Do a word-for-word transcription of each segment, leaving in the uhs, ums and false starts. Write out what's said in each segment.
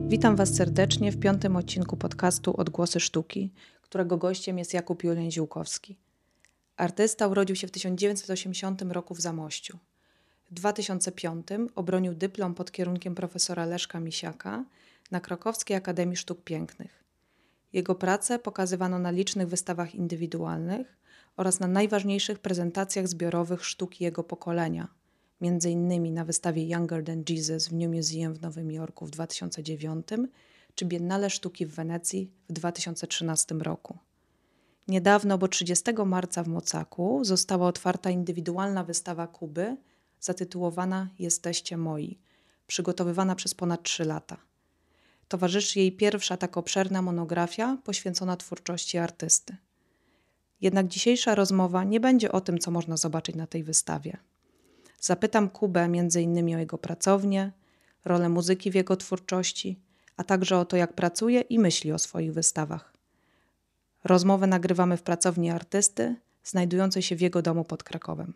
Witam Was serdecznie w piątym odcinku podcastu Odgłosy Sztuki, którego gościem jest Jakub Juleń-Ziółkowski. Artysta urodził się w tysiąc dziewięćset osiemdziesiątym roku w Zamościu. W dwa tysiące piątym obronił dyplom pod kierunkiem profesora Leszka Misiaka na Krakowskiej Akademii Sztuk Pięknych. Jego prace pokazywano na licznych wystawach indywidualnych oraz na najważniejszych prezentacjach zbiorowych sztuki jego pokolenia, między innymi na wystawie Younger Than Jesus w New Museum w Nowym Jorku w dwa tysiące dziewiątym czy Biennale Sztuki w Wenecji w dwa tysiące trzynastym roku. Niedawno, bo trzydziestego marca w Mocaku, została otwarta indywidualna wystawa Kuby zatytułowana Jesteście moi, przygotowywana przez ponad trzy lata. Towarzyszy jej pierwsza tak obszerna monografia poświęcona twórczości artysty. Jednak dzisiejsza rozmowa nie będzie o tym, co można zobaczyć na tej wystawie. Zapytam Kubę między innymi o jego pracownię, rolę muzyki w jego twórczości, a także o to, jak pracuje i myśli o swoich wystawach. Rozmowę nagrywamy w pracowni artysty, znajdującej się w jego domu pod Krakowem.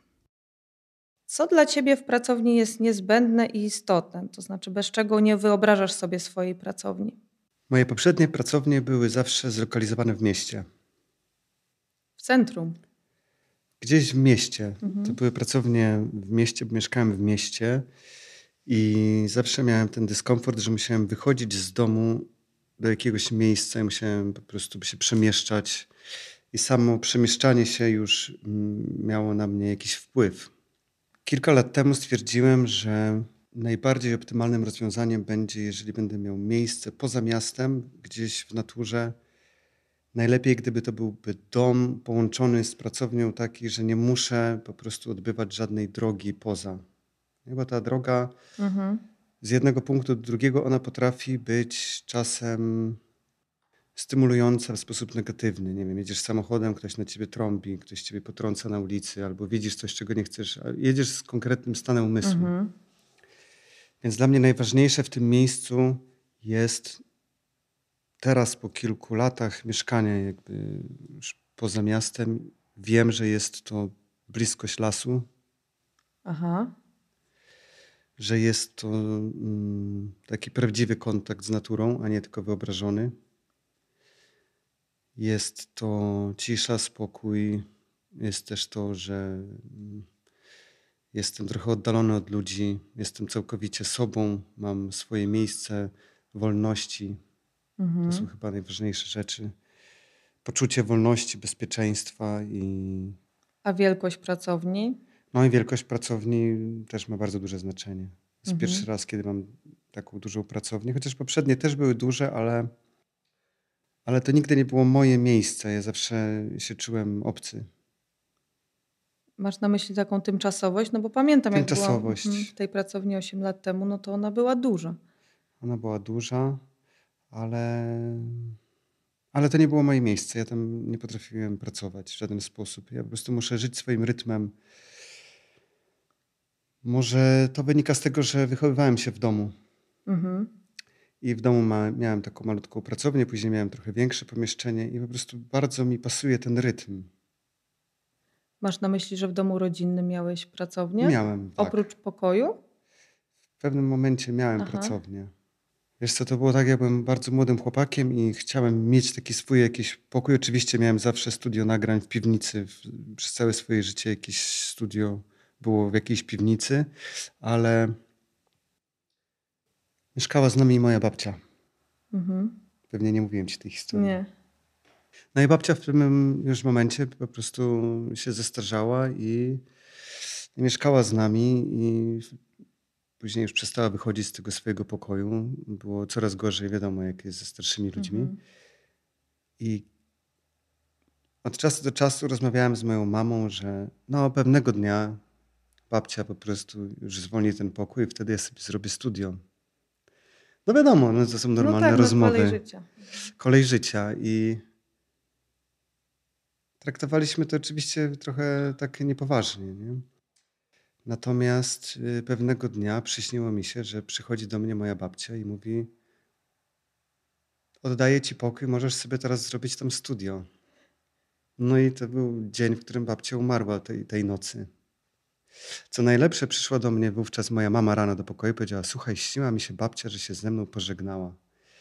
Co dla Ciebie w pracowni jest niezbędne i istotne? To znaczy, bez czego nie wyobrażasz sobie swojej pracowni? Moje poprzednie pracownie były zawsze zlokalizowane w mieście. W centrum. Gdzieś w mieście. Mhm. To były pracownie w mieście, bo mieszkałem w mieście i zawsze miałem ten dyskomfort, że musiałem wychodzić z domu do jakiegoś miejsca i musiałem po prostu się przemieszczać. I samo przemieszczanie się już miało na mnie jakiś wpływ. Kilka lat temu stwierdziłem, że najbardziej optymalnym rozwiązaniem będzie, jeżeli będę miał miejsce poza miastem, gdzieś w naturze. Najlepiej, gdyby to byłby dom połączony z pracownią taki, że nie muszę po prostu odbywać żadnej drogi poza. Bo ta droga Mhm. z jednego punktu do drugiego, ona potrafi być czasem stymulująca w sposób negatywny. Nie wiem, jedziesz samochodem, ktoś na ciebie trąbi, ktoś ciebie potrąca na ulicy, albo widzisz coś, czego nie chcesz, a jedziesz z konkretnym stanem umysłu. Mhm. Więc dla mnie najważniejsze w tym miejscu jest teraz po kilku latach mieszkania jakby już poza miastem, wiem, że jest to bliskość lasu. Aha. Że jest to mm, taki prawdziwy kontakt z naturą, a nie tylko wyobrażony. Jest to cisza, spokój. Jest też to, że mm, jestem trochę oddalony od ludzi. Jestem całkowicie sobą. Mam swoje miejsce wolności. Mhm. To są chyba najważniejsze rzeczy. Poczucie wolności, bezpieczeństwa i... A wielkość pracowni? No i wielkość pracowni też ma bardzo duże znaczenie. To jest Mhm. pierwszy raz, kiedy mam taką dużą pracownię. Chociaż poprzednie też były duże, ale, ale to nigdy nie było moje miejsce. Ja zawsze się czułem obcy. Masz na myśli taką tymczasowość? No bo pamiętam, jak byłam Tymczasowość. mhm, w tej pracowni osiem lat temu, no to ona była duża. Ona była duża, ale, ale to nie było moje miejsce. Ja tam nie potrafiłem pracować w żaden sposób. Ja po prostu muszę żyć swoim rytmem. Może to wynika z tego, że wychowywałem się w domu. Mhm. I w domu ma, miałem taką malutką pracownię, później miałem trochę większe pomieszczenie i po prostu bardzo mi pasuje ten rytm. Masz na myśli, że w domu rodzinnym miałeś pracownię? Miałem, tak. Oprócz pokoju? W pewnym momencie miałem Aha. pracownię. Wiesz co, to było tak, ja byłem bardzo młodym chłopakiem i chciałem mieć taki swój jakiś pokój. Oczywiście miałem zawsze studio nagrań w piwnicy. W, przez całe swoje życie jakieś studio było w jakiejś piwnicy, ale mieszkała z nami moja babcia. Mhm. Pewnie nie mówiłem ci tej historii. Nie. No i babcia w pewnym już momencie po prostu się zestarzała i mieszkała z nami i później już przestała wychodzić z tego swojego pokoju. Było coraz gorzej, wiadomo, jak jest ze starszymi ludźmi. Mhm. I od czasu do czasu rozmawiałem z moją mamą, że no pewnego dnia babcia po prostu już zwolni ten pokój i wtedy ja sobie zrobię studio. No wiadomo, no to są normalne no tak, rozmowy. No kolej życia. Kolej życia i traktowaliśmy to oczywiście trochę tak niepoważnie, nie? Natomiast y, pewnego dnia przyśniło mi się, że przychodzi do mnie moja babcia i mówi: oddaję ci pokój, możesz sobie teraz zrobić tam studio. No i to był dzień, w którym babcia umarła tej, tej nocy. Co najlepsze, przyszła do mnie wówczas moja mama rano do pokoju i powiedziała: słuchaj, śniła mi się babcia, że się ze mną pożegnała.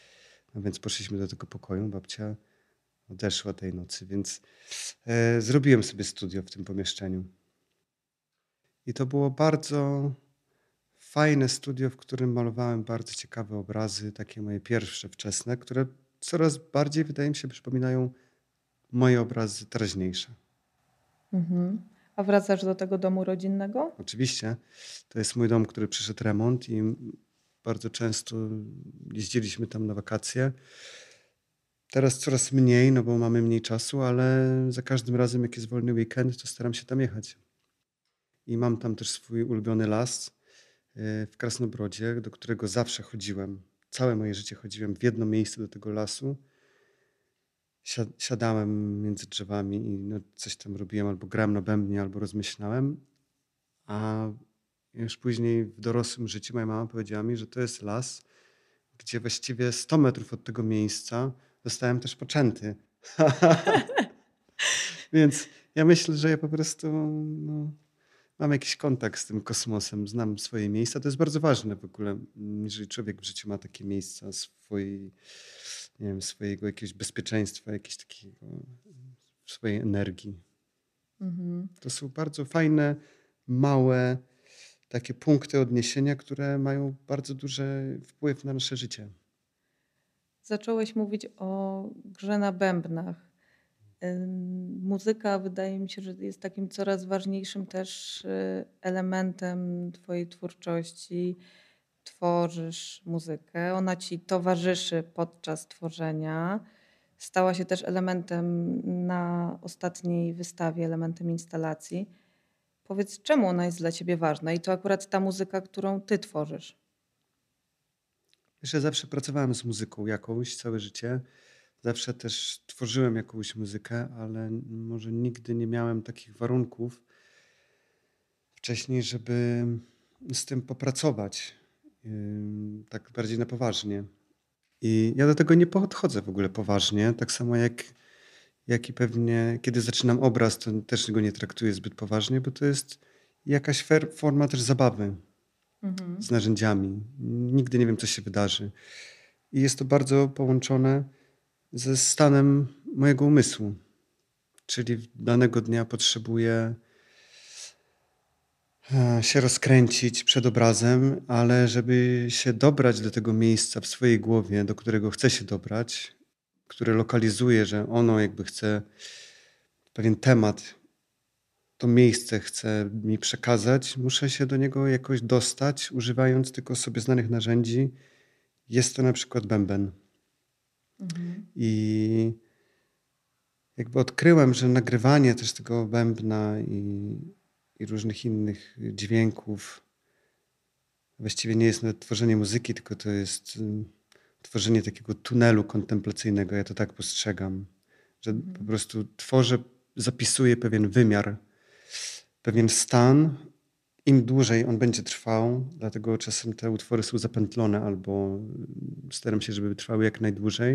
No więc poszliśmy do tego pokoju, babcia odeszła tej nocy, więc e, zrobiłem sobie studio w tym pomieszczeniu. I to było bardzo fajne studio, w którym malowałem bardzo ciekawe obrazy, takie moje pierwsze, wczesne, które coraz bardziej, wydaje mi się, przypominają moje obrazy teraźniejsze. Mhm. A wracasz do tego domu rodzinnego? Oczywiście to jest mój dom, który przeszedł remont i bardzo często jeździliśmy tam na wakacje. Teraz coraz mniej, no bo mamy mniej czasu, ale za każdym razem, jak jest wolny weekend, to staram się tam jechać. I mam tam też swój ulubiony las y, w Krasnobrodzie, do którego zawsze chodziłem. Całe moje życie chodziłem w jedno miejsce do tego lasu. Sia- Siadałem między drzewami i no coś tam robiłem, albo grałem na bębnie, albo rozmyślałem. A już później w dorosłym życiu moja mama powiedziała mi, że to jest las, gdzie właściwie sto metrów od tego miejsca zostałem też poczęty. Więc ja myślę, że ja po prostu no, mam jakiś kontakt z tym kosmosem, znam swoje miejsca. To jest bardzo ważne w ogóle, mm, jeżeli człowiek w życiu ma takie miejsca swojej, nie wiem, swojego jakiegoś bezpieczeństwa, jakiegoś takiego swojej energii. Mhm. To są bardzo fajne, małe takie punkty odniesienia, które mają bardzo duży wpływ na nasze życie. Zacząłeś mówić o grze na bębnach. Ym, Muzyka wydaje mi się, że jest takim coraz ważniejszym też y, elementem twojej twórczości. Tworzysz muzykę, ona ci towarzyszy podczas tworzenia. Stała się też elementem na ostatniej wystawie, elementem instalacji. Powiedz, czemu ona jest dla ciebie ważna? I to akurat ta muzyka, którą ty tworzysz. Wiesz, ja zawsze pracowałem z muzyką jakąś całe życie. Zawsze też tworzyłem jakąś muzykę, ale może nigdy nie miałem takich warunków wcześniej, żeby z tym popracować ym, tak bardziej na poważnie. I ja do tego nie podchodzę w ogóle poważnie, tak samo jak, jak i pewnie kiedy zaczynam obraz, to też go nie traktuję zbyt poważnie, bo to jest jakaś fer- forma też zabawy Mhm. z narzędziami. Nigdy nie wiem, co się wydarzy. I jest to bardzo połączone ze stanem mojego umysłu. Czyli danego dnia potrzebuję e, się rozkręcić przed obrazem, ale żeby się dobrać do tego miejsca w swojej głowie, do którego chcę się dobrać, które lokalizuje, że ono jakby chce pewien temat, to miejsce chce mi przekazać, muszę się do niego jakoś dostać, używając tylko sobie znanych narzędzi. Jest to na przykład bęben. Mhm. I jakby odkryłem, że nagrywanie też tego bębna i, i różnych innych dźwięków właściwie nie jest nawet tworzenie muzyki, tylko to jest ym, tworzenie takiego tunelu kontemplacyjnego. Ja to tak postrzegam, że po Mhm. prostu tworzę, zapisuję pewien wymiar, pewien stan. Im dłużej on będzie trwał, dlatego czasem te utwory są zapętlone albo y, staram się, żeby trwały jak najdłużej.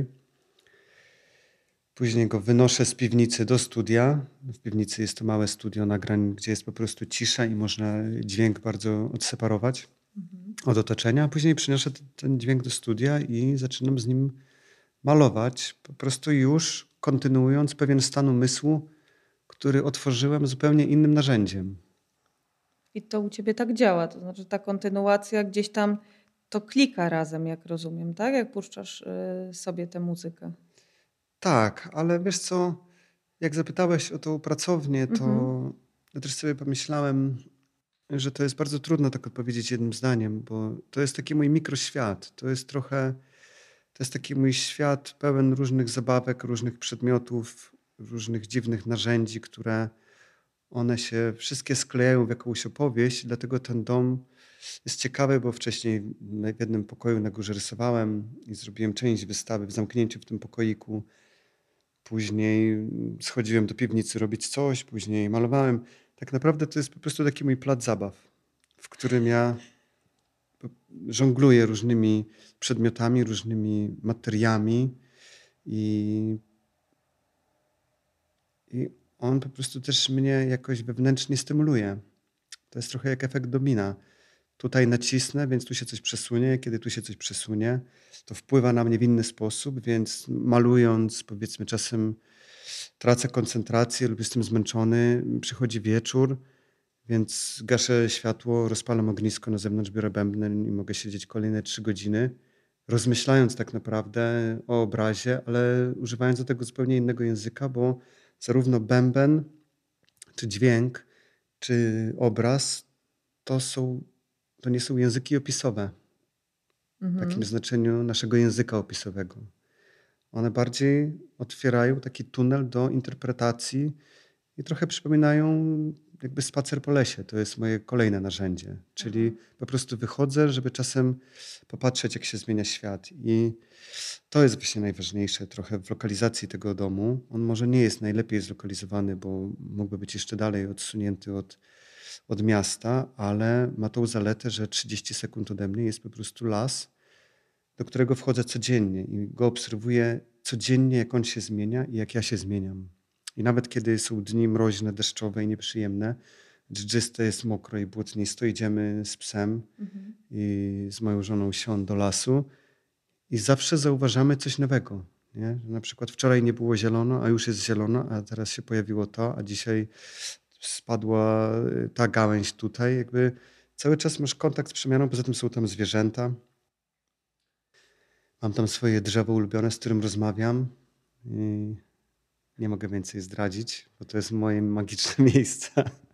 Później go wynoszę z piwnicy do studia. W piwnicy jest to małe studio nagrań, gdzie jest po prostu cisza i można dźwięk bardzo odseparować Mhm. od otoczenia. A później przynoszę t- ten dźwięk do studia i zaczynam z nim malować, po prostu już kontynuując pewien stan umysłu, który otworzyłem zupełnie innym narzędziem. I to u ciebie tak działa, to znaczy ta kontynuacja gdzieś tam to klika razem, jak rozumiem, tak? Jak puszczasz y, sobie tę muzykę. Tak, ale wiesz co, jak zapytałeś o tą pracownię, to Mhm. ja też sobie pomyślałem, że to jest bardzo trudno tak odpowiedzieć jednym zdaniem, bo to jest taki mój mikroświat. To jest trochę, to jest taki mój świat pełen różnych zabawek, różnych przedmiotów, różnych dziwnych narzędzi, które one się wszystkie sklejają w jakąś opowieść. Dlatego ten dom jest ciekawy, bo wcześniej na- w jednym pokoju na górze rysowałem i zrobiłem część wystawy w zamknięciu w tym pokoiku. Później mm, schodziłem do piwnicy robić coś, później malowałem. Tak naprawdę to jest po prostu taki mój plac zabaw, w którym ja po- żongluję różnymi przedmiotami, różnymi materiami i, i on po prostu też mnie jakoś wewnętrznie stymuluje. To jest trochę jak efekt domina. tutaj nacisnę, więc tu się coś przesunie. Kiedy tu się coś przesunie, to wpływa na mnie w inny sposób, więc malując, powiedzmy, czasem tracę koncentrację lub jestem zmęczony. Przychodzi wieczór, więc gaszę światło, rozpalam ognisko na zewnątrz, biorę bęben i mogę siedzieć kolejne trzy godziny, rozmyślając tak naprawdę o obrazie, ale używając do tego zupełnie innego języka, bo zarówno bęben, czy dźwięk, czy obraz to są, to nie są języki opisowe w takim Mhm. znaczeniu naszego języka opisowego. One bardziej otwierają taki tunel do interpretacji i trochę przypominają jakby spacer po lesie. To jest moje kolejne narzędzie. Aha. Czyli po prostu wychodzę, żeby czasem popatrzeć, jak się zmienia świat. I to jest właśnie najważniejsze trochę w lokalizacji tego domu. On może nie jest najlepiej zlokalizowany, bo mógłby być jeszcze dalej odsunięty od, od miasta, ale ma tą zaletę, że trzydzieści sekund ode mnie jest po prostu las, do którego wchodzę codziennie i go obserwuję codziennie, jak on się zmienia i jak ja się zmieniam. I nawet kiedy są dni mroźne, deszczowe i nieprzyjemne, dżdżyste, jest mokro i błotnisto, idziemy z psem Mhm. i z moją żoną Sion do lasu i zawsze zauważamy coś nowego. Nie? Że na przykład wczoraj nie było zielono, a już jest zielono, a teraz się pojawiło to, a dzisiaj spadła y, ta gałęź tutaj. Jakby cały czas masz kontakt z przemianą, poza tym są tam zwierzęta. Mam tam swoje drzewo ulubione, z którym rozmawiam i nie mogę więcej zdradzić, bo to jest moje magiczne miejsce.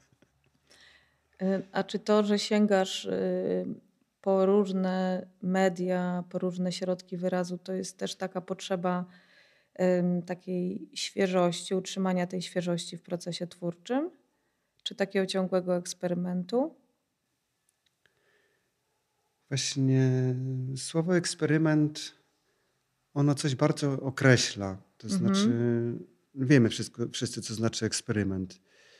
Y, A czy to, że sięgasz y, po różne media, po różne środki wyrazu, to jest też taka potrzeba ym, takiej świeżości, utrzymania tej świeżości w procesie twórczym? Czy takiego ciągłego eksperymentu? Właśnie słowo eksperyment, ono coś bardzo określa. To znaczy, Mhm. wiemy wszystko, wszyscy, co znaczy eksperyment.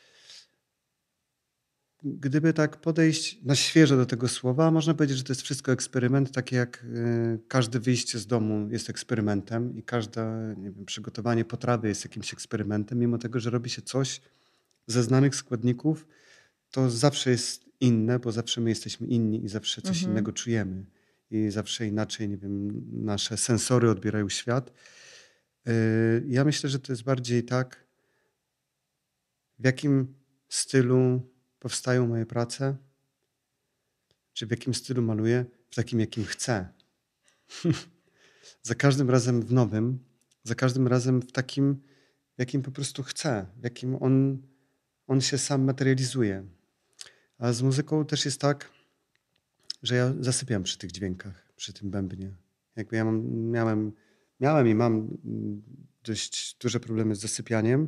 Gdyby tak podejść na świeżo do tego słowa, można powiedzieć, że to jest wszystko eksperyment, tak jak y, każde wyjście z domu jest eksperymentem i każde, nie wiem, przygotowanie potrawy jest jakimś eksperymentem, mimo tego, że robi się coś ze znanych składników, to zawsze jest inne, bo zawsze my jesteśmy inni i zawsze coś Mhm. innego czujemy. I zawsze inaczej, nie wiem, nasze sensory odbierają świat. Y, Ja myślę, że to jest bardziej tak, w jakim stylu powstają moje prace, czy w jakim stylu maluję, w takim, jakim chcę. Za każdym razem w nowym, za każdym razem w takim, w jakim po prostu chcę, w jakim on, on się sam materializuje. A z muzyką też jest tak, że ja zasypiam przy tych dźwiękach, przy tym bębnie. Jakby ja mam, miałem, miałem i mam mm, dość duże problemy z zasypianiem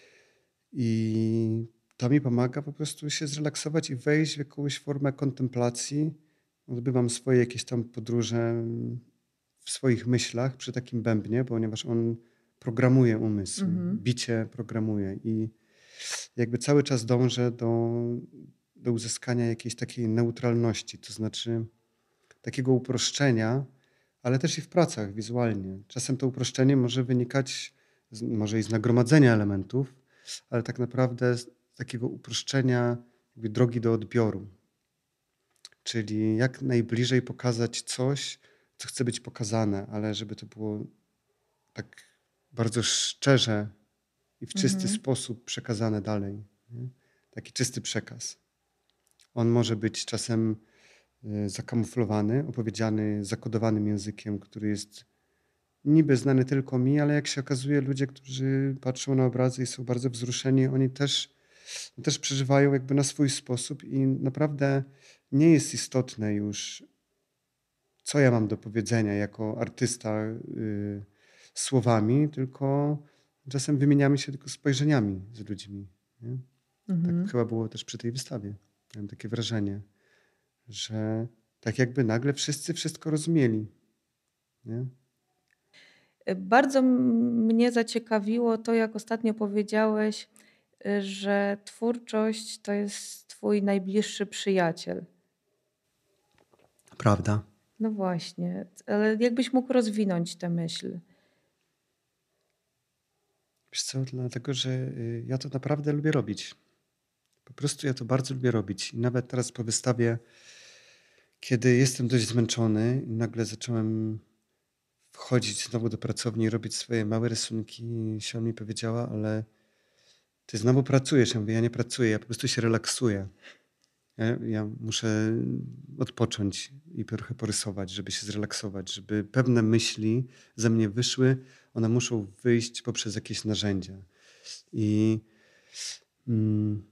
i to mi pomaga po prostu się zrelaksować i wejść w jakąś formę kontemplacji. Odbywam swoje jakieś tam podróże mm, w swoich myślach przy takim bębnie, ponieważ on programuje umysł, Mhm. bicie programuje i jakby cały czas dążę do, do uzyskania jakiejś takiej neutralności, to znaczy takiego uproszczenia, ale też i w pracach wizualnie. Czasem to uproszczenie może wynikać z, może i z nagromadzenia elementów, ale tak naprawdę z takiego uproszczenia jakby drogi do odbioru. Czyli jak najbliżej pokazać coś, co chce być pokazane, ale żeby to było tak bardzo szczerze i w czysty Mhm. sposób przekazane dalej. Nie? Taki czysty przekaz. On może być czasem y, zakamuflowany, opowiedziany zakodowanym językiem, który jest niby znany tylko mi, ale jak się okazuje, ludzie, którzy patrzą na obrazy i są bardzo wzruszeni, oni też, też przeżywają jakby na swój sposób i naprawdę nie jest istotne już, co ja mam do powiedzenia jako artysta y, słowami, tylko czasem wymieniamy się tylko spojrzeniami z ludźmi. Nie? Tak Mhm. chyba było też przy tej wystawie. Miałem takie wrażenie, że tak jakby nagle wszyscy wszystko rozumieli. Nie? Y, Bardzo m- mnie zaciekawiło to, jak ostatnio powiedziałeś, y, że twórczość to jest twój najbliższy przyjaciel. Prawda? No właśnie, ale jakbyś mógł rozwinąć tę myśl? Wiesz co, dlatego, że y, ja to naprawdę lubię robić. Po prostu ja to bardzo lubię robić. I nawet teraz po wystawie kiedy jestem dość zmęczony i nagle zacząłem wchodzić znowu do pracowni i robić swoje małe rysunki, Siol mi powiedziała, ale ty znowu pracujesz. Ja mówię, ja nie pracuję, ja po prostu się relaksuję. Ja, ja muszę odpocząć i trochę porysować, żeby się zrelaksować, żeby pewne myśli ze mnie wyszły, one muszą wyjść poprzez jakieś narzędzia. I mm,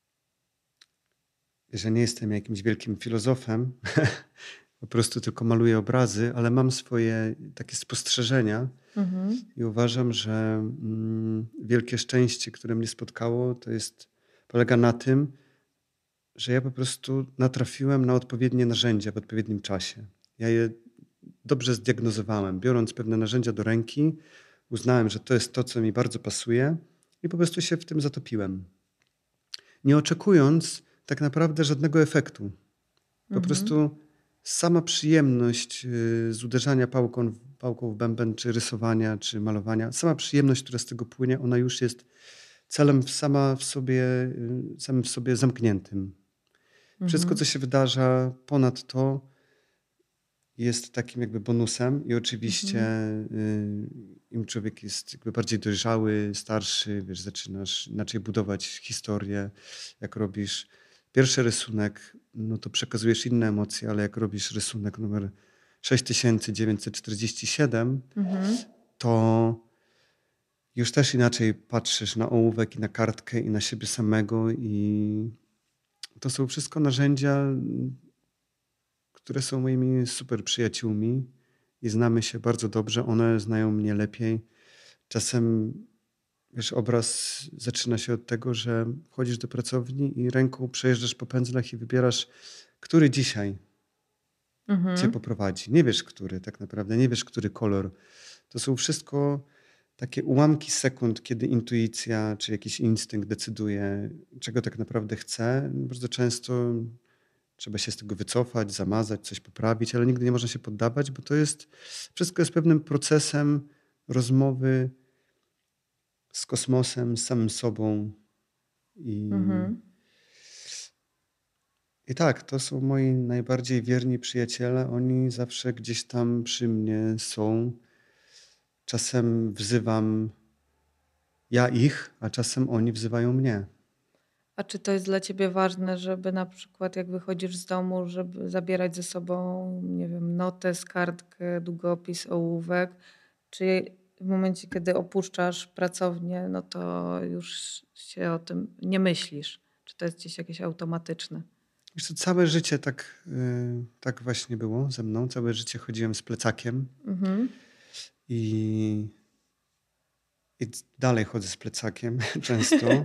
że nie jestem jakimś wielkim filozofem, po prostu tylko maluję obrazy, ale mam swoje takie spostrzeżenia Mhm. i uważam, że mm, wielkie szczęście, które mnie spotkało, to jest, polega na tym, że ja po prostu natrafiłem na odpowiednie narzędzia w odpowiednim czasie. Ja je dobrze zdiagnozowałem. Biorąc pewne narzędzia do ręki, uznałem, że to jest to, co mi bardzo pasuje i po prostu się w tym zatopiłem. Nie oczekując tak naprawdę żadnego efektu. Po Mhm. prostu sama przyjemność y, z uderzania pałką, pałką w bęben, czy rysowania, czy malowania, sama przyjemność, która z tego płynie, ona już jest celem sama w sobie, y, samym w sobie zamkniętym. Wszystko, Mhm. co się wydarza ponad to, jest takim jakby bonusem i oczywiście Mhm. y, im człowiek jest jakby bardziej dojrzały, starszy, wiesz, zaczynasz inaczej budować historię, jak robisz pierwszy rysunek, no to przekazujesz inne emocje, ale jak robisz rysunek numer sześć tysięcy dziewięćset czterdzieści siedem, Mhm. to już też inaczej patrzysz na ołówek i na kartkę i na siebie samego i to są wszystko narzędzia, które są moimi super przyjaciółmi i znamy się bardzo dobrze. One znają mnie lepiej. Czasem, wiesz, obraz zaczyna się od tego, że wchodzisz do pracowni i ręką przejeżdżasz po pędzlach i wybierasz, który dzisiaj cię Mhm. poprowadzi. Nie wiesz, który tak naprawdę, nie wiesz, który kolor. To są wszystko takie ułamki sekund, kiedy intuicja czy jakiś instynkt decyduje, czego tak naprawdę chce. Bardzo często trzeba się z tego wycofać, zamazać, coś poprawić, ale nigdy nie można się poddawać, bo to jest, wszystko jest pewnym procesem rozmowy z kosmosem, z samym sobą. I, Mhm. I tak, to są moi najbardziej wierni przyjaciele. Oni zawsze gdzieś tam przy mnie są. Czasem wzywam ja ich, a czasem oni wzywają mnie. A czy to jest dla ciebie ważne, żeby na przykład jak wychodzisz z domu, żeby zabierać ze sobą, nie wiem, notes, kartkę, długopis, ołówek? Czy w momencie, kiedy opuszczasz pracownię, no to już się o tym nie myślisz? Czy to jest gdzieś jakieś automatyczne? Wiesz co, całe życie tak, y, tak właśnie było ze mną. Całe życie chodziłem z plecakiem Mhm. i, i dalej chodzę z plecakiem często.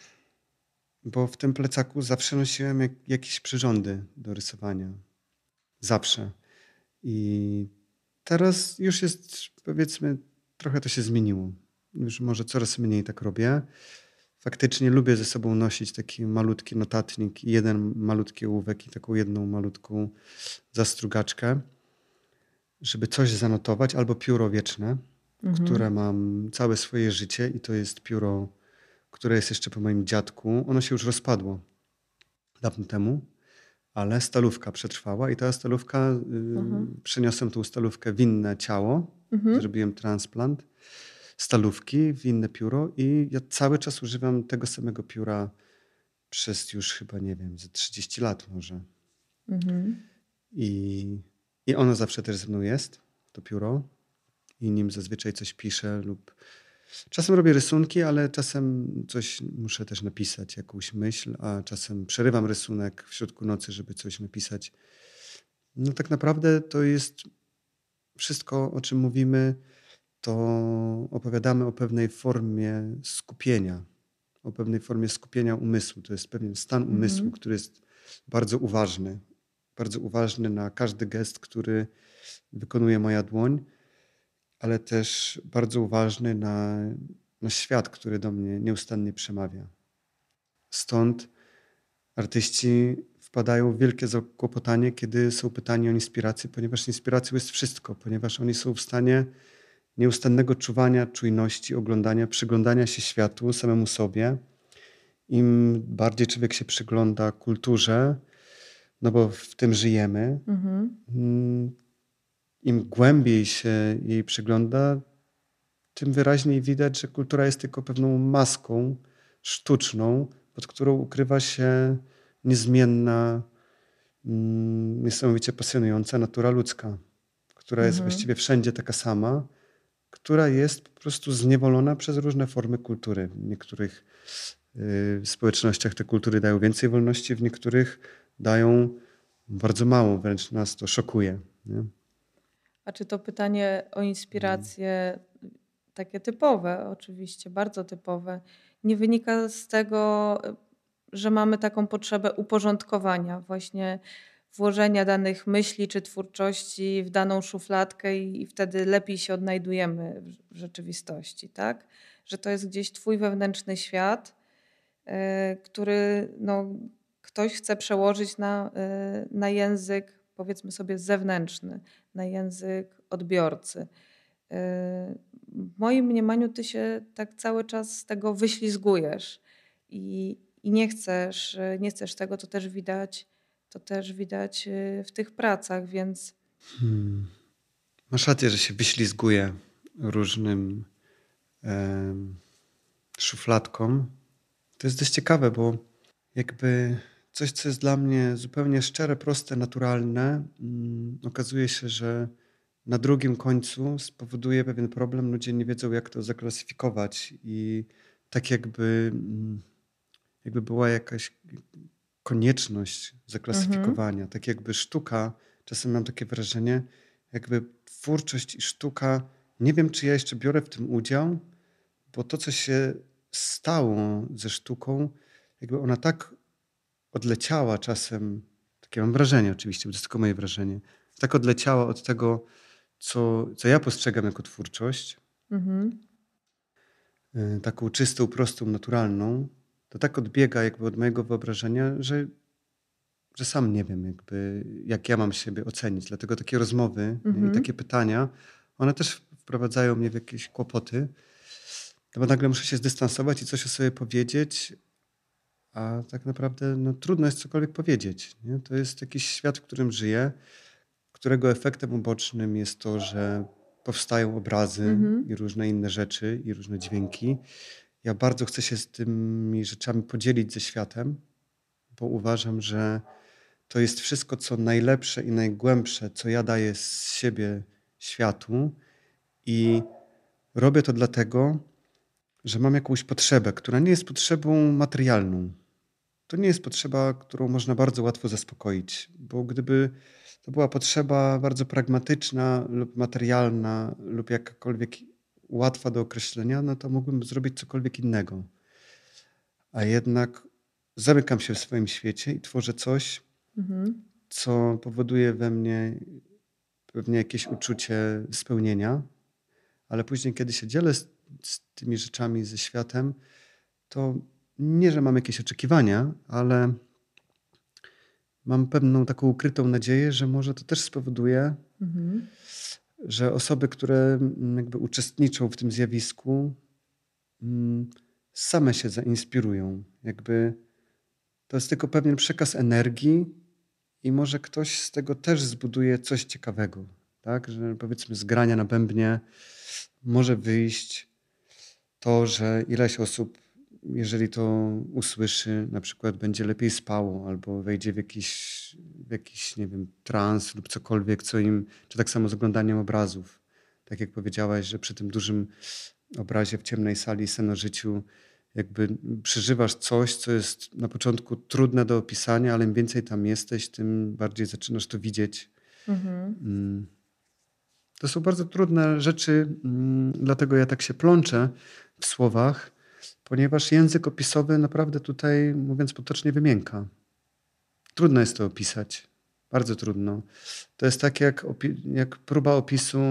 Bo w tym plecaku zawsze nosiłem jak, jakieś przyrządy do rysowania. Zawsze. I teraz już jest, powiedzmy, trochę to się zmieniło. Już może coraz mniej tak robię. Faktycznie lubię ze sobą nosić taki malutki notatnik i jeden malutki ołówek i taką jedną malutką zastrugaczkę, żeby coś zanotować, albo pióro wieczne, które Mhm. mam całe swoje życie i to jest pióro, które jest jeszcze po moim dziadku. Ono się już rozpadło dawno temu, ale stalówka przetrwała i ta stalówka, Aha. yy, przeniosłem tą stalówkę w inne ciało, Mhm. zrobiłem transplant stalówki w inne pióro i ja cały czas używam tego samego pióra przez już chyba, nie wiem, ze trzydzieści lat może. Mhm. I, I ono zawsze też ze mną jest, to pióro. I nim zazwyczaj coś piszę lub czasem robię rysunki, ale czasem coś muszę też napisać, jakąś myśl, a czasem przerywam rysunek w środku nocy, żeby coś napisać. No tak naprawdę to jest wszystko, o czym mówimy, to opowiadamy o pewnej formie skupienia, o pewnej formie skupienia umysłu. To jest pewien stan umysłu, Mhm. który jest bardzo uważny, bardzo uważny na każdy gest, który wykonuje moja dłoń, ale też bardzo uważny na, na świat, który do mnie nieustannie przemawia. Stąd artyści wpadają w wielkie zakłopotanie, kiedy są pytani o inspirację, ponieważ inspiracją jest wszystko, ponieważ oni są w stanie nieustannego czuwania, czujności, oglądania, przyglądania się światu, samemu sobie. Im bardziej człowiek się przygląda kulturze, no bo w tym żyjemy. Mhm. Mm, Im głębiej się jej przygląda, tym wyraźniej widać, że kultura jest tylko pewną maską sztuczną, pod którą ukrywa się niezmienna, mm, niesamowicie pasjonująca natura ludzka, która jest Mhm. właściwie wszędzie taka sama, która jest po prostu zniewolona przez różne formy kultury. W niektórych y, społecznościach te kultury dają więcej wolności, w niektórych dają bardzo mało, wręcz nas to szokuje. Nie? A czy to pytanie o inspirację, takie typowe, oczywiście, bardzo typowe, nie wynika z tego, że mamy taką potrzebę uporządkowania, właśnie włożenia danych myśli czy twórczości w daną szufladkę i, i wtedy lepiej się odnajdujemy w, w rzeczywistości, tak? Że to jest gdzieś twój wewnętrzny świat, e, który no, ktoś chce przełożyć na, e, na język, powiedzmy sobie, zewnętrzny, na język odbiorcy. E, W moim mniemaniu ty się tak cały czas z tego wyślizgujesz i, i nie chcesz, e, nie chcesz tego, to też widać, to też widać e, w tych pracach, więc Hmm. Masz rację, że się wyślizguje różnym em, szufladkom. To jest dość ciekawe, bo jakby coś, co jest dla mnie zupełnie szczere, proste, naturalne, mm, okazuje się, że na drugim końcu spowoduje pewien problem. Ludzie nie wiedzą, jak to zaklasyfikować i tak jakby, mm, jakby była jakaś konieczność mhm, zaklasyfikowania. Tak jakby sztuka, czasem mam takie wrażenie, jakby twórczość i sztuka, nie wiem, czy ja jeszcze biorę w tym udział, bo to, co się stało ze sztuką, jakby ona tak odleciała czasem, takie mam wrażenie oczywiście, bo to jest tylko moje wrażenie, tak odleciała od tego, co, co ja postrzegam jako twórczość, mhm, y, taką czystą, prostą, naturalną, to tak odbiega jakby od mojego wyobrażenia, że, że sam nie wiem jakby, jak ja mam siebie ocenić. Dlatego takie rozmowy nie, i takie mhm. pytania, one też wprowadzają mnie w jakieś kłopoty, no bo nagle muszę się zdystansować i coś o sobie powiedzieć, a tak naprawdę no, trudno jest cokolwiek powiedzieć. Nie? To jest jakiś świat, w którym żyję, którego efektem ubocznym jest to, że powstają obrazy i Mhm. różne inne rzeczy i różne dźwięki. Ja bardzo chcę się z tymi rzeczami podzielić ze światem, bo uważam, że to jest wszystko, co najlepsze i najgłębsze, co ja daję z siebie światu. I robię to dlatego, że mam jakąś potrzebę, która nie jest potrzebą materialną. To nie jest potrzeba, którą można bardzo łatwo zaspokoić, bo gdyby to była potrzeba bardzo pragmatyczna lub materialna lub jakakolwiek łatwa do określenia, no to mógłbym zrobić cokolwiek innego. A jednak zamykam się w swoim świecie i tworzę coś, Mhm. co powoduje we mnie pewnie jakieś uczucie spełnienia, ale później, kiedy się dzielę z, z tymi rzeczami ze światem, to nie, że mam jakieś oczekiwania, ale mam pewną taką ukrytą nadzieję, że może to też spowoduje, Mhm. że osoby, które mm, jakby uczestniczą w tym zjawisku, mm, same się zainspirują. Jakby to jest tylko pewien przekaz energii i może ktoś z tego też zbuduje coś ciekawego. Tak? Że powiedzmy z grania na bębnie może wyjść to, że ileś osób, jeżeli to usłyszy, na przykład będzie lepiej spało albo wejdzie w jakiś, w jakiś, nie wiem, trans lub cokolwiek, co im, czy tak samo z oglądaniem obrazów. Tak jak powiedziałaś, że przy tym dużym obrazie w ciemnej sali sen o życiu jakby przeżywasz coś, co jest na początku trudne do opisania, ale im więcej tam jesteś, tym bardziej zaczynasz to widzieć. Mhm. Mm. To są bardzo trudne rzeczy, mm, dlatego ja tak się plączę w słowach, ponieważ język opisowy naprawdę tutaj, mówiąc potocznie, wymięka. Trudno jest to opisać. Bardzo trudno. To jest tak jak, opi- jak próba opisu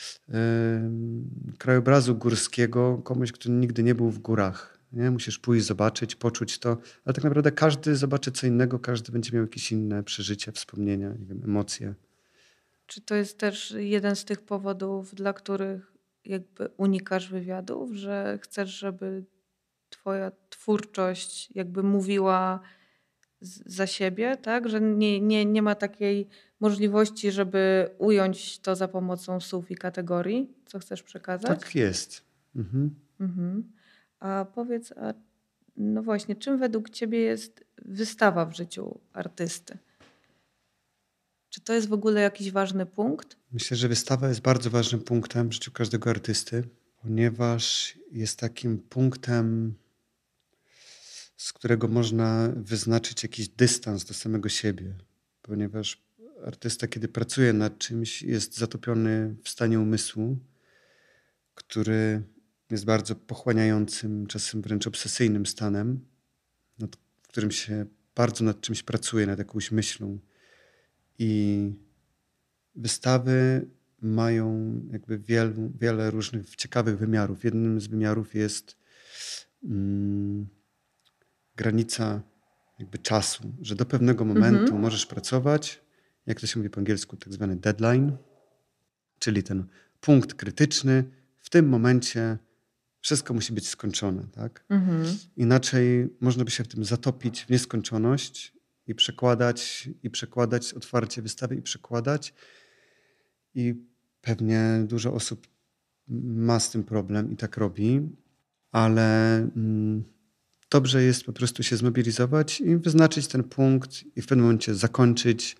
em, krajobrazu górskiego komuś, kto nigdy nie był w górach. Nie? Musisz pójść, zobaczyć, poczuć to, ale tak naprawdę każdy zobaczy co innego, każdy będzie miał jakieś inne przeżycia, wspomnienia, nie wiem, emocje. Czy to jest też jeden z tych powodów, dla których jakby unikasz wywiadów, że chcesz, żeby twoja twórczość jakby mówiła z, za siebie, tak? Że nie, nie, nie ma takiej możliwości, żeby ująć to za pomocą słów i kategorii, co chcesz przekazać? Tak jest. Mhm. Mhm. A powiedz, a no właśnie, czym według ciebie jest wystawa w życiu artysty? Czy to jest w ogóle jakiś ważny punkt? Myślę, że wystawa jest bardzo ważnym punktem w życiu każdego artysty, ponieważ jest takim punktem, z którego można wyznaczyć jakiś dystans do samego siebie. Ponieważ artysta, kiedy pracuje nad czymś, jest zatopiony w stanie umysłu, który jest bardzo pochłaniającym, czasem wręcz obsesyjnym stanem, nad w którym się bardzo nad czymś pracuje, nad jakąś myślą. I wystawy mają jakby wielu, wiele różnych ciekawych wymiarów. Jednym z wymiarów jest mm, granica jakby czasu, że do pewnego momentu Mhm. możesz pracować, jak to się mówi po angielsku, tak zwany deadline, czyli ten punkt krytyczny. W tym momencie wszystko musi być skończone, tak? Mhm. Inaczej można by się w tym zatopić w nieskończoność i przekładać, i przekładać otwarcie wystawy i przekładać. I pewnie dużo osób ma z tym problem i tak robi, ale mm, dobrze jest po prostu się zmobilizować i wyznaczyć ten punkt i w pewnym momencie zakończyć.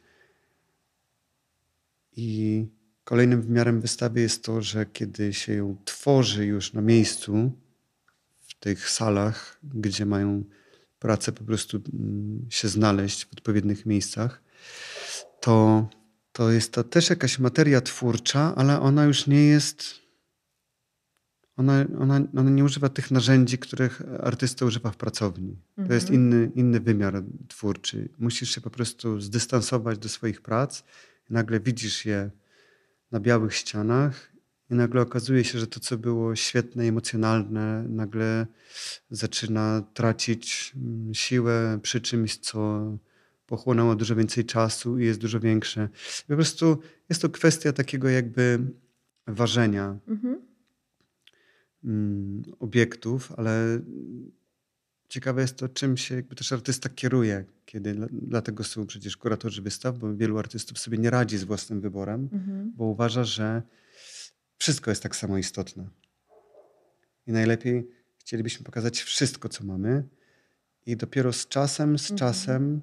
I kolejnym wymiarem wystawy jest to, że kiedy się ją tworzy już na miejscu, w tych salach, gdzie mają pracę po prostu mm, się znaleźć w odpowiednich miejscach, to, to jest to też jakaś materia twórcza, ale ona już nie jest. Ona, ona, ona nie używa tych narzędzi, których artysta używa w pracowni. To jest Mhm. inny, inny wymiar twórczy. Musisz się po prostu zdystansować do swoich prac i nagle widzisz je na białych ścianach i nagle okazuje się, że to, co było świetne, emocjonalne, nagle zaczyna tracić mm, siłę przy czymś, co pochłonęło dużo więcej czasu i jest dużo większe. I po prostu jest to kwestia takiego jakby ważenia Mhm. mm, obiektów, ale ciekawe jest to, czym się jakby też artysta kieruje, kiedy dla- dlatego są przecież kuratorzy wystaw, bo wielu artystów sobie nie radzi z własnym wyborem, Mhm. bo uważa, że wszystko jest tak samo istotne. I najlepiej chcielibyśmy pokazać wszystko, co mamy i dopiero z czasem, z Mhm. czasem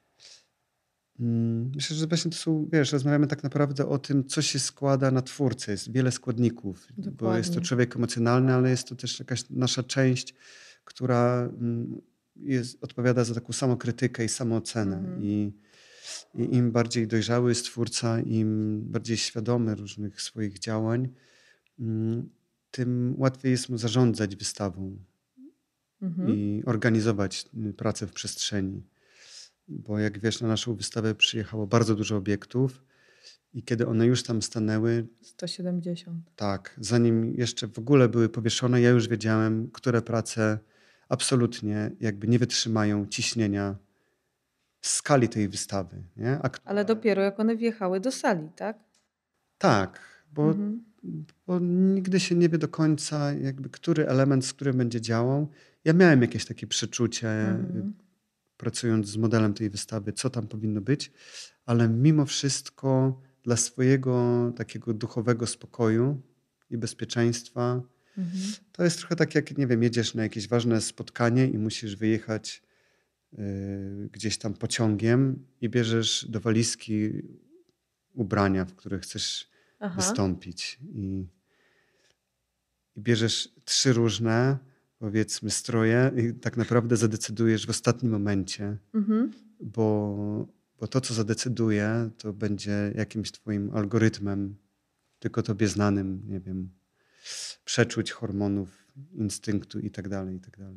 mm, myślę, że właśnie to są, wiesz, rozmawiamy tak naprawdę o tym, co się składa na twórcę. Jest wiele składników, bo jest to Dokładnie. człowiek emocjonalny, ale jest to też jakaś nasza część, która mm, jest, odpowiada za taką samokrytykę i samoocenę. Mhm. I, I im bardziej dojrzały jest twórca, im bardziej świadomy różnych swoich działań, mm, tym łatwiej jest mu zarządzać wystawą Mhm. i organizować y, pracę w przestrzeni. Bo jak wiesz, na naszą wystawę przyjechało bardzo dużo obiektów i kiedy one już tam stanęły, sto siedemdziesiąt. tak, zanim jeszcze w ogóle były powieszone, ja już wiedziałem, które prace absolutnie jakby nie wytrzymają ciśnienia skali tej wystawy, nie? A, k- Ale dopiero jak one wjechały do sali, tak? tak, bo, Mhm. bo nigdy się nie wie do końca, jakby który element z którym będzie działał. Ja miałem jakieś takie przeczucie, y, Mhm. pracując z modelem tej wystawy, co tam powinno być, ale mimo wszystko dla swojego takiego duchowego spokoju i bezpieczeństwa Mhm. to jest trochę tak, jak nie wiem, jedziesz na jakieś ważne spotkanie i musisz wyjechać y, gdzieś tam pociągiem i bierzesz do walizki ubrania, w których chcesz Aha. wystąpić. I, i bierzesz trzy różne, powiedzmy, stroje i tak naprawdę zadecydujesz w ostatnim momencie, Mhm. bo, bo to, co zadecyduje, to będzie jakimś twoim algorytmem, tylko tobie znanym, nie wiem, przeczuć hormonów, instynktu i tak dalej, i tak dalej.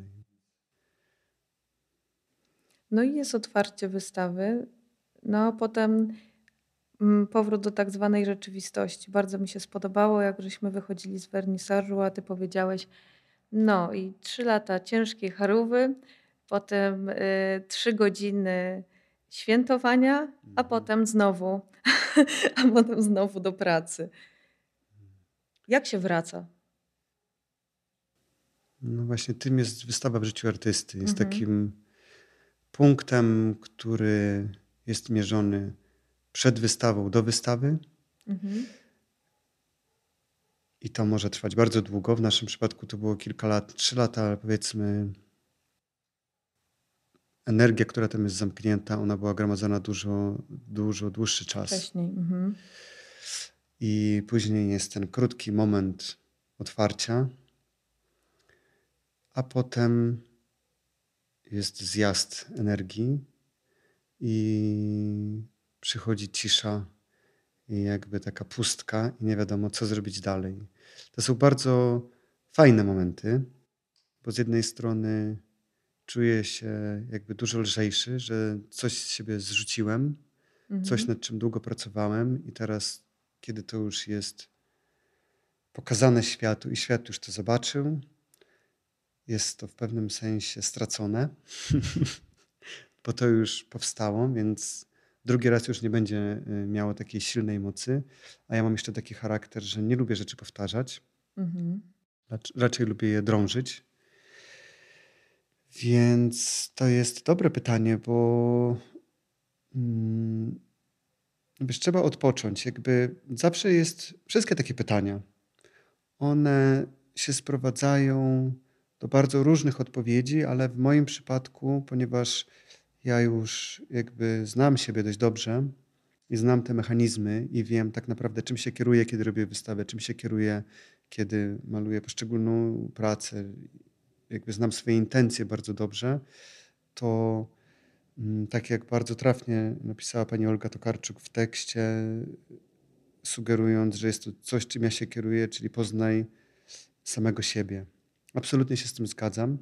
No i jest otwarcie wystawy. No a potem mm, powrót do tak zwanej rzeczywistości. Bardzo mi się spodobało, jak żeśmy wychodzili z wernisażu, a ty powiedziałeś, no i trzy lata ciężkiej charówy, potem y, trzy godziny świętowania, a Mhm. potem znowu, a potem znowu do pracy. Jak się wraca? No właśnie tym jest wystawa w życiu artysty. Jest Mhm. takim punktem, który jest mierzony przed wystawą do wystawy. Mhm. I to może trwać bardzo długo. W naszym przypadku to było kilka lat, trzy lata, ale powiedzmy energia, która tam jest zamknięta, ona była gromadzona dużo, dużo dłuższy czas. Wcześniej. Mhm. I później jest ten krótki moment otwarcia, a potem jest zjazd energii i przychodzi cisza i jakby taka pustka i nie wiadomo, co zrobić dalej. To są bardzo fajne momenty, bo z jednej strony czuję się jakby dużo lżejszy, że coś z siebie zrzuciłem, coś Mhm. nad czym długo pracowałem i teraz, kiedy to już jest pokazane światu i świat już to zobaczył, jest to w pewnym sensie stracone, bo to już powstało, więc drugi raz już nie będzie y, miało takiej silnej mocy, a ja mam jeszcze taki charakter, że nie lubię rzeczy powtarzać, Mhm. racz- raczej lubię je drążyć. Więc to jest dobre pytanie, bo mm, wiesz, trzeba odpocząć. Jakby zawsze jest, wszystkie takie pytania, one się sprowadzają do bardzo różnych odpowiedzi, ale w moim przypadku, ponieważ ja już jakby znam siebie dość dobrze i znam te mechanizmy i wiem tak naprawdę, czym się kieruję, kiedy robię wystawę, czym się kieruję, kiedy maluję poszczególną pracę, jakby znam swoje intencje bardzo dobrze, to mm, tak jak bardzo trafnie napisała pani Olga Tokarczuk w tekście, sugerując, że jest to coś, czym ja się kieruję, czyli poznaj samego siebie. Absolutnie się z tym zgadzam.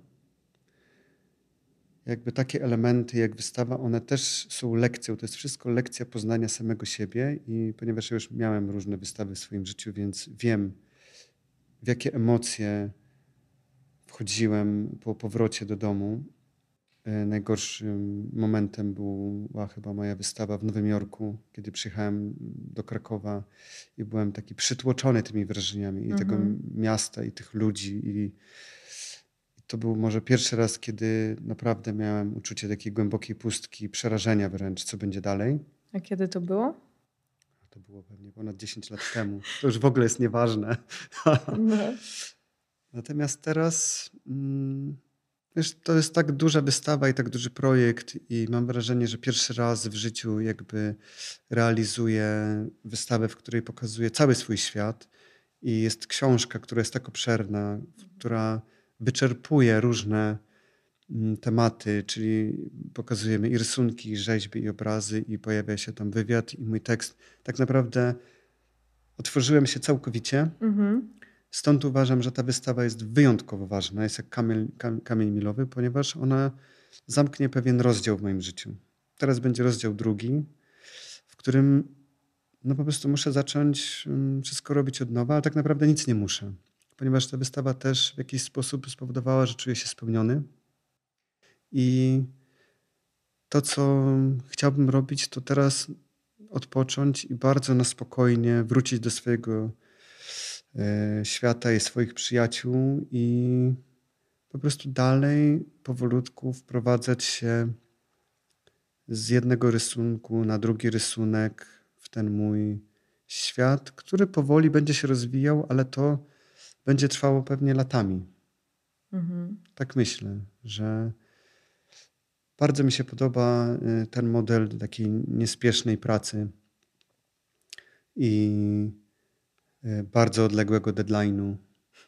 Jakby takie elementy jak wystawa, one też są lekcją. To jest wszystko lekcja poznania samego siebie i ponieważ ja już miałem różne wystawy w swoim życiu, więc wiem, w jakie emocje wchodziłem po powrocie do domu. E, Najgorszym momentem była chyba moja wystawa w Nowym Jorku, kiedy przyjechałem do Krakowa i byłem taki przytłoczony tymi wrażeniami i tego Mhm. miasta, i tych ludzi. I i to był może pierwszy raz, kiedy naprawdę miałem uczucie takiej głębokiej pustki, przerażenia wręcz, co będzie dalej. A kiedy to było? To było pewnie ponad dziesięć lat temu. To już w ogóle jest nieważne. No. Natomiast teraz, mm, wiesz, to jest tak duża wystawa i tak duży projekt i mam wrażenie, że pierwszy raz w życiu jakby realizuję wystawę, w której pokazuję cały swój świat i jest książka, która jest tak obszerna, która wyczerpuje różne mm, tematy, czyli pokazujemy i rysunki, i rzeźby, i obrazy i pojawia się tam wywiad i mój tekst. Tak naprawdę otworzyłem się całkowicie. Mhm. Stąd uważam, że ta wystawa jest wyjątkowo ważna, jest jak kamień, kam- kamień milowy, ponieważ ona zamknie pewien rozdział w moim życiu. Teraz będzie rozdział drugi, w którym no po prostu muszę zacząć mm, wszystko robić od nowa, ale tak naprawdę nic nie muszę, ponieważ ta wystawa też w jakiś sposób spowodowała, że czuję się spełniony i to, co chciałbym robić, to teraz odpocząć i bardzo na spokojnie wrócić do swojego e, świata i swoich przyjaciół i po prostu dalej powolutku wprowadzać się z jednego rysunku na drugi rysunek w ten mój świat, który powoli będzie się rozwijał, ale to będzie trwało pewnie latami. Mhm. Tak myślę, że bardzo mi się podoba y, ten model takiej niespiesznej pracy i y, bardzo odległego deadline'u.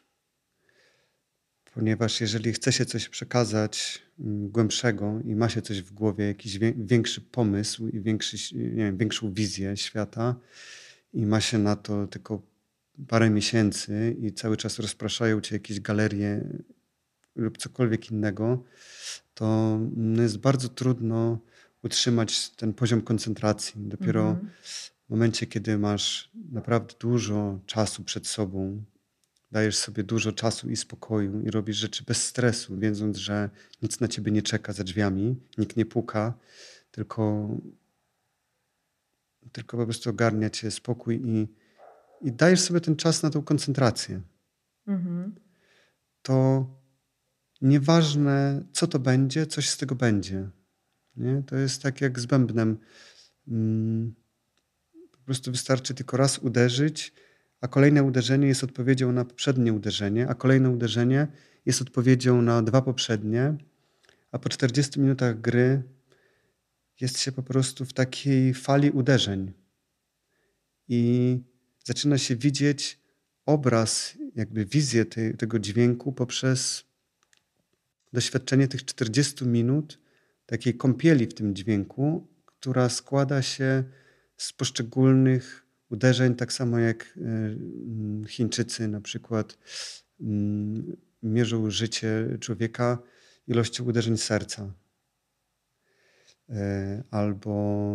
Ponieważ jeżeli chce się coś przekazać mm, głębszego i ma się coś w głowie, jakiś wie- większy pomysł i większy, ś- nie wiem, większą wizję świata i ma się na to tylko parę miesięcy i cały czas rozpraszają cię jakieś galerie lub cokolwiek innego, to mm, jest bardzo trudno utrzymać ten poziom koncentracji. Dopiero Mhm. w momencie, kiedy masz naprawdę dużo czasu przed sobą, dajesz sobie dużo czasu i spokoju i robisz rzeczy bez stresu, wiedząc, że nic na ciebie nie czeka za drzwiami, nikt nie puka, tylko, tylko po prostu ogarnia cię spokój i, i dajesz sobie ten czas na tą koncentrację. Mhm. To nieważne, co to będzie, coś z tego będzie. Nie? To jest tak jak z bębnem. Mm, po prostu wystarczy tylko raz uderzyć, a kolejne uderzenie jest odpowiedzią na poprzednie uderzenie, a kolejne uderzenie jest odpowiedzią na dwa poprzednie, a po czterdziestu minutach gry jest się po prostu w takiej fali uderzeń i zaczyna się widzieć obraz, jakby wizję tej, tego dźwięku poprzez doświadczenie tych czterdziestu minut takiej kąpieli w tym dźwięku, która składa się z poszczególnych uderzeń, tak samo jak y, Chińczycy na przykład mm, mierzą życie człowieka ilością uderzeń serca. E, Albo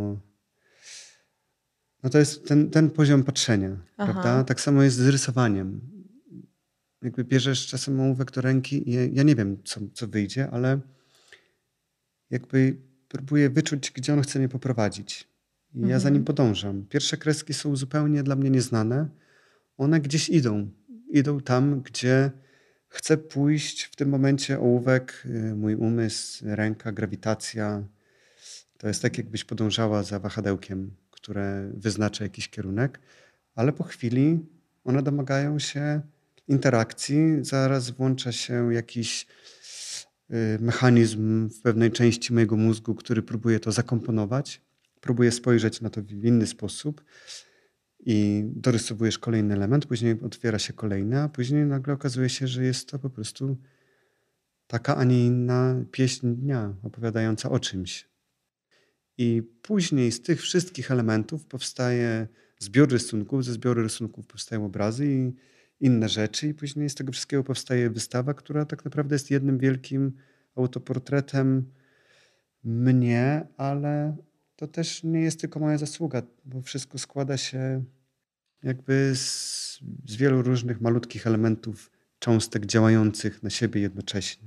no to jest ten, ten poziom patrzenia, Aha. prawda? Tak samo jest z rysowaniem. Jakby bierzesz czasem ołówek do ręki i ja, ja nie wiem, co, co wyjdzie, ale jakby próbuję wyczuć, gdzie on chce mnie poprowadzić. I ja za Mhm. nim podążam. Pierwsze kreski są zupełnie dla mnie nieznane. One gdzieś idą. Idą tam, gdzie chcę pójść w tym momencie ołówek, y, mój umysł, ręka, grawitacja. To jest tak, jakbyś podążała za wahadełkiem, które wyznacza jakiś kierunek, ale po chwili one domagają się interakcji. Zaraz włącza się jakiś y, mechanizm w pewnej części mojego mózgu, który próbuje to zakomponować. Próbuje spojrzeć na to w inny sposób i dorysowujesz kolejny element, później otwiera się kolejny, a później nagle okazuje się, że jest to po prostu taka, a nie inna pieśń dnia opowiadająca o czymś. I później z tych wszystkich elementów powstaje zbiór rysunków, ze zbioru rysunków powstają obrazy i inne rzeczy i później z tego wszystkiego powstaje wystawa, która tak naprawdę jest jednym wielkim autoportretem mnie, ale to też nie jest tylko moja zasługa, bo wszystko składa się jakby z, z wielu różnych malutkich elementów, cząstek działających na siebie jednocześnie.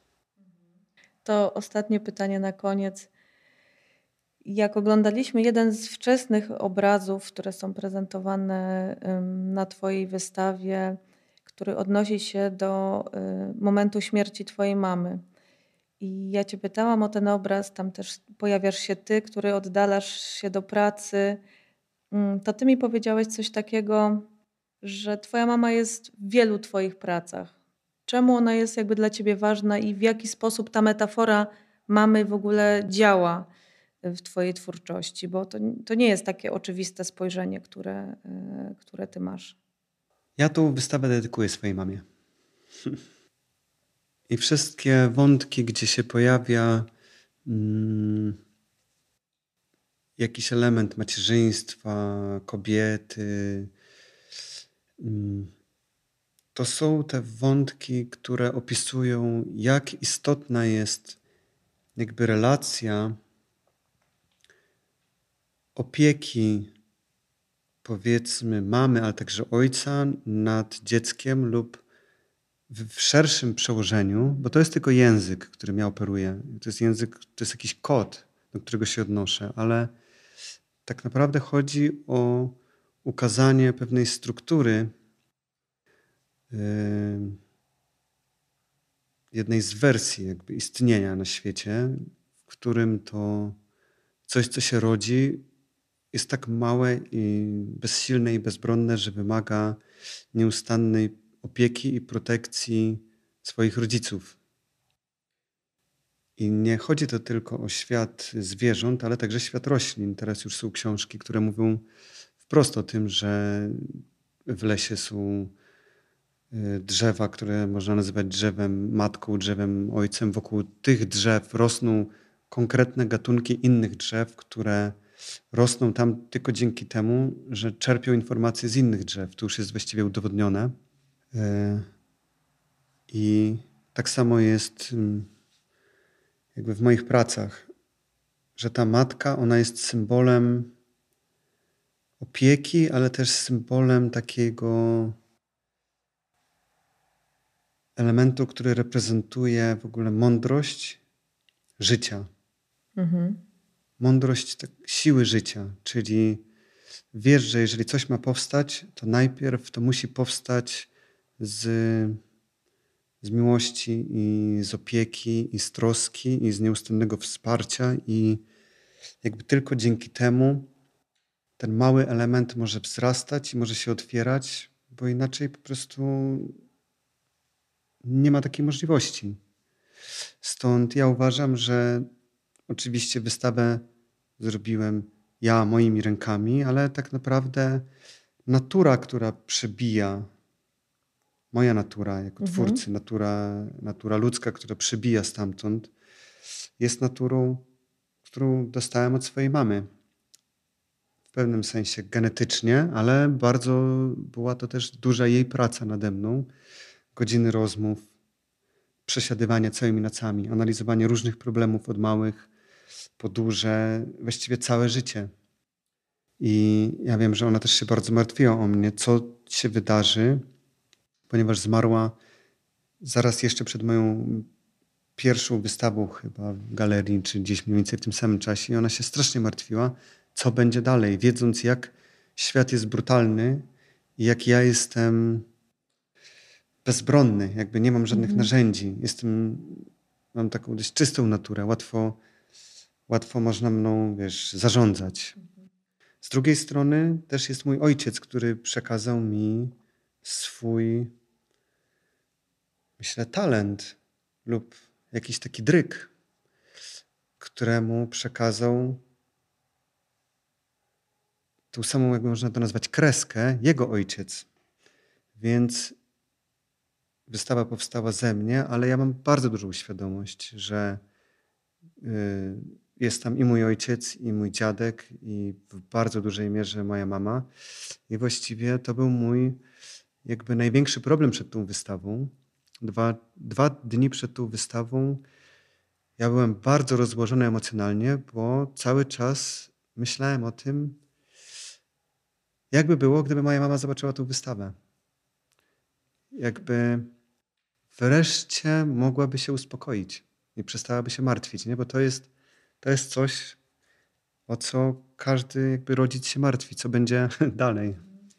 To ostatnie pytanie na koniec. Jak oglądaliśmy jeden z wczesnych obrazów, które są prezentowane ym, na Twojej wystawie, który odnosi się do y, momentu śmierci Twojej mamy. I ja Cię pytałam o ten obraz, tam też pojawiasz się Ty, który oddalasz się do pracy. Ym, To Ty mi powiedziałeś coś takiego, że Twoja mama jest w wielu Twoich pracach. Czemu ona jest jakby dla Ciebie ważna i w jaki sposób ta metafora mamy w ogóle działa w Twojej twórczości? Bo to, to nie jest takie oczywiste spojrzenie, które, y, które Ty masz. Ja tą wystawę dedykuję swojej mamie. I wszystkie wątki, gdzie się pojawia mm, jakiś element macierzyństwa, kobiety, mm, to są te wątki, które opisują, jak istotna jest jakby relacja opieki, powiedzmy, mamy, ale także ojca nad dzieckiem lub w szerszym przełożeniu, bo to jest tylko język, którym ja operuję. To jest język, to jest jakiś kod, do którego się odnoszę, ale tak naprawdę chodzi o ukazanie pewnej struktury, yy, jednej z wersji jakby istnienia na świecie, w którym to coś, co się rodzi, jest tak małe i bezsilne i bezbronne, że wymaga nieustannej opieki i protekcji swoich rodziców. I nie chodzi to tylko o świat zwierząt, ale także świat roślin. Teraz już są książki, które mówią wprost o tym, że w lesie są drzewa, które można nazywać drzewem matką, drzewem ojcem. Wokół tych drzew rosną konkretne gatunki innych drzew, które rosną tam tylko dzięki temu, że czerpią informacje z innych drzew. To już jest właściwie udowodnione. I tak samo jest jakby w moich pracach, że ta matka, ona jest symbolem opieki, ale też symbolem takiego elementu, który reprezentuje w ogóle mądrość życia. Mhm. Mądrość tak, siły życia, czyli wiesz, że jeżeli coś ma powstać, to najpierw to musi powstać z z miłości i z opieki i z troski i z nieustannego wsparcia i jakby tylko dzięki temu ten mały element może wzrastać i może się otwierać, bo inaczej po prostu nie ma takiej możliwości. Stąd ja uważam, że oczywiście wystawę zrobiłem ja moimi rękami, ale tak naprawdę natura, która przebija, moja natura jako Mhm. twórcy, natura, natura ludzka, która przebija stamtąd, jest naturą, którą dostałem od swojej mamy. W pewnym sensie genetycznie, ale bardzo była to też duża jej praca nade mną. Godziny rozmów, przesiadywanie całymi nocami, analizowanie różnych problemów od małych po duże, właściwie całe życie. I ja wiem, że ona też się bardzo martwiła o mnie, co się wydarzy, ponieważ zmarła zaraz jeszcze przed moją pierwszą wystawą chyba w galerii, czy gdzieś mniej więcej w tym samym czasie. I ona się strasznie martwiła, co będzie dalej, wiedząc jak świat jest brutalny i jak ja jestem bezbronny, jakby nie mam żadnych Mhm. narzędzi. Jestem, mam taką dość czystą naturę, łatwo, łatwo można mną, wiesz, zarządzać. Z drugiej strony też jest mój ojciec, który przekazał mi swój, myślę, talent lub jakiś taki dryk, któremu przekazał tą samą, jakby można to nazwać, kreskę, jego ojciec. Więc wystawa powstała ze mnie, ale ja mam bardzo dużą świadomość, że y, jest tam i mój ojciec, i mój dziadek, i w bardzo dużej mierze moja mama. I właściwie to był mój jakby największy problem przed tą wystawą. Dwa, dwa dni przed tą wystawą ja byłem bardzo rozłożony emocjonalnie, bo cały czas myślałem o tym, jakby było, gdyby moja mama zobaczyła tą wystawę. Jakby wreszcie mogłaby się uspokoić i przestałaby się martwić, nie? Bo to jest, to jest coś, o co każdy jakby rodzic się martwi, co będzie dalej.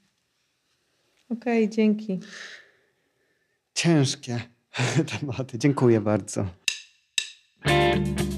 Okej, dzięki. Ciężkie tematy. Dziękuję bardzo.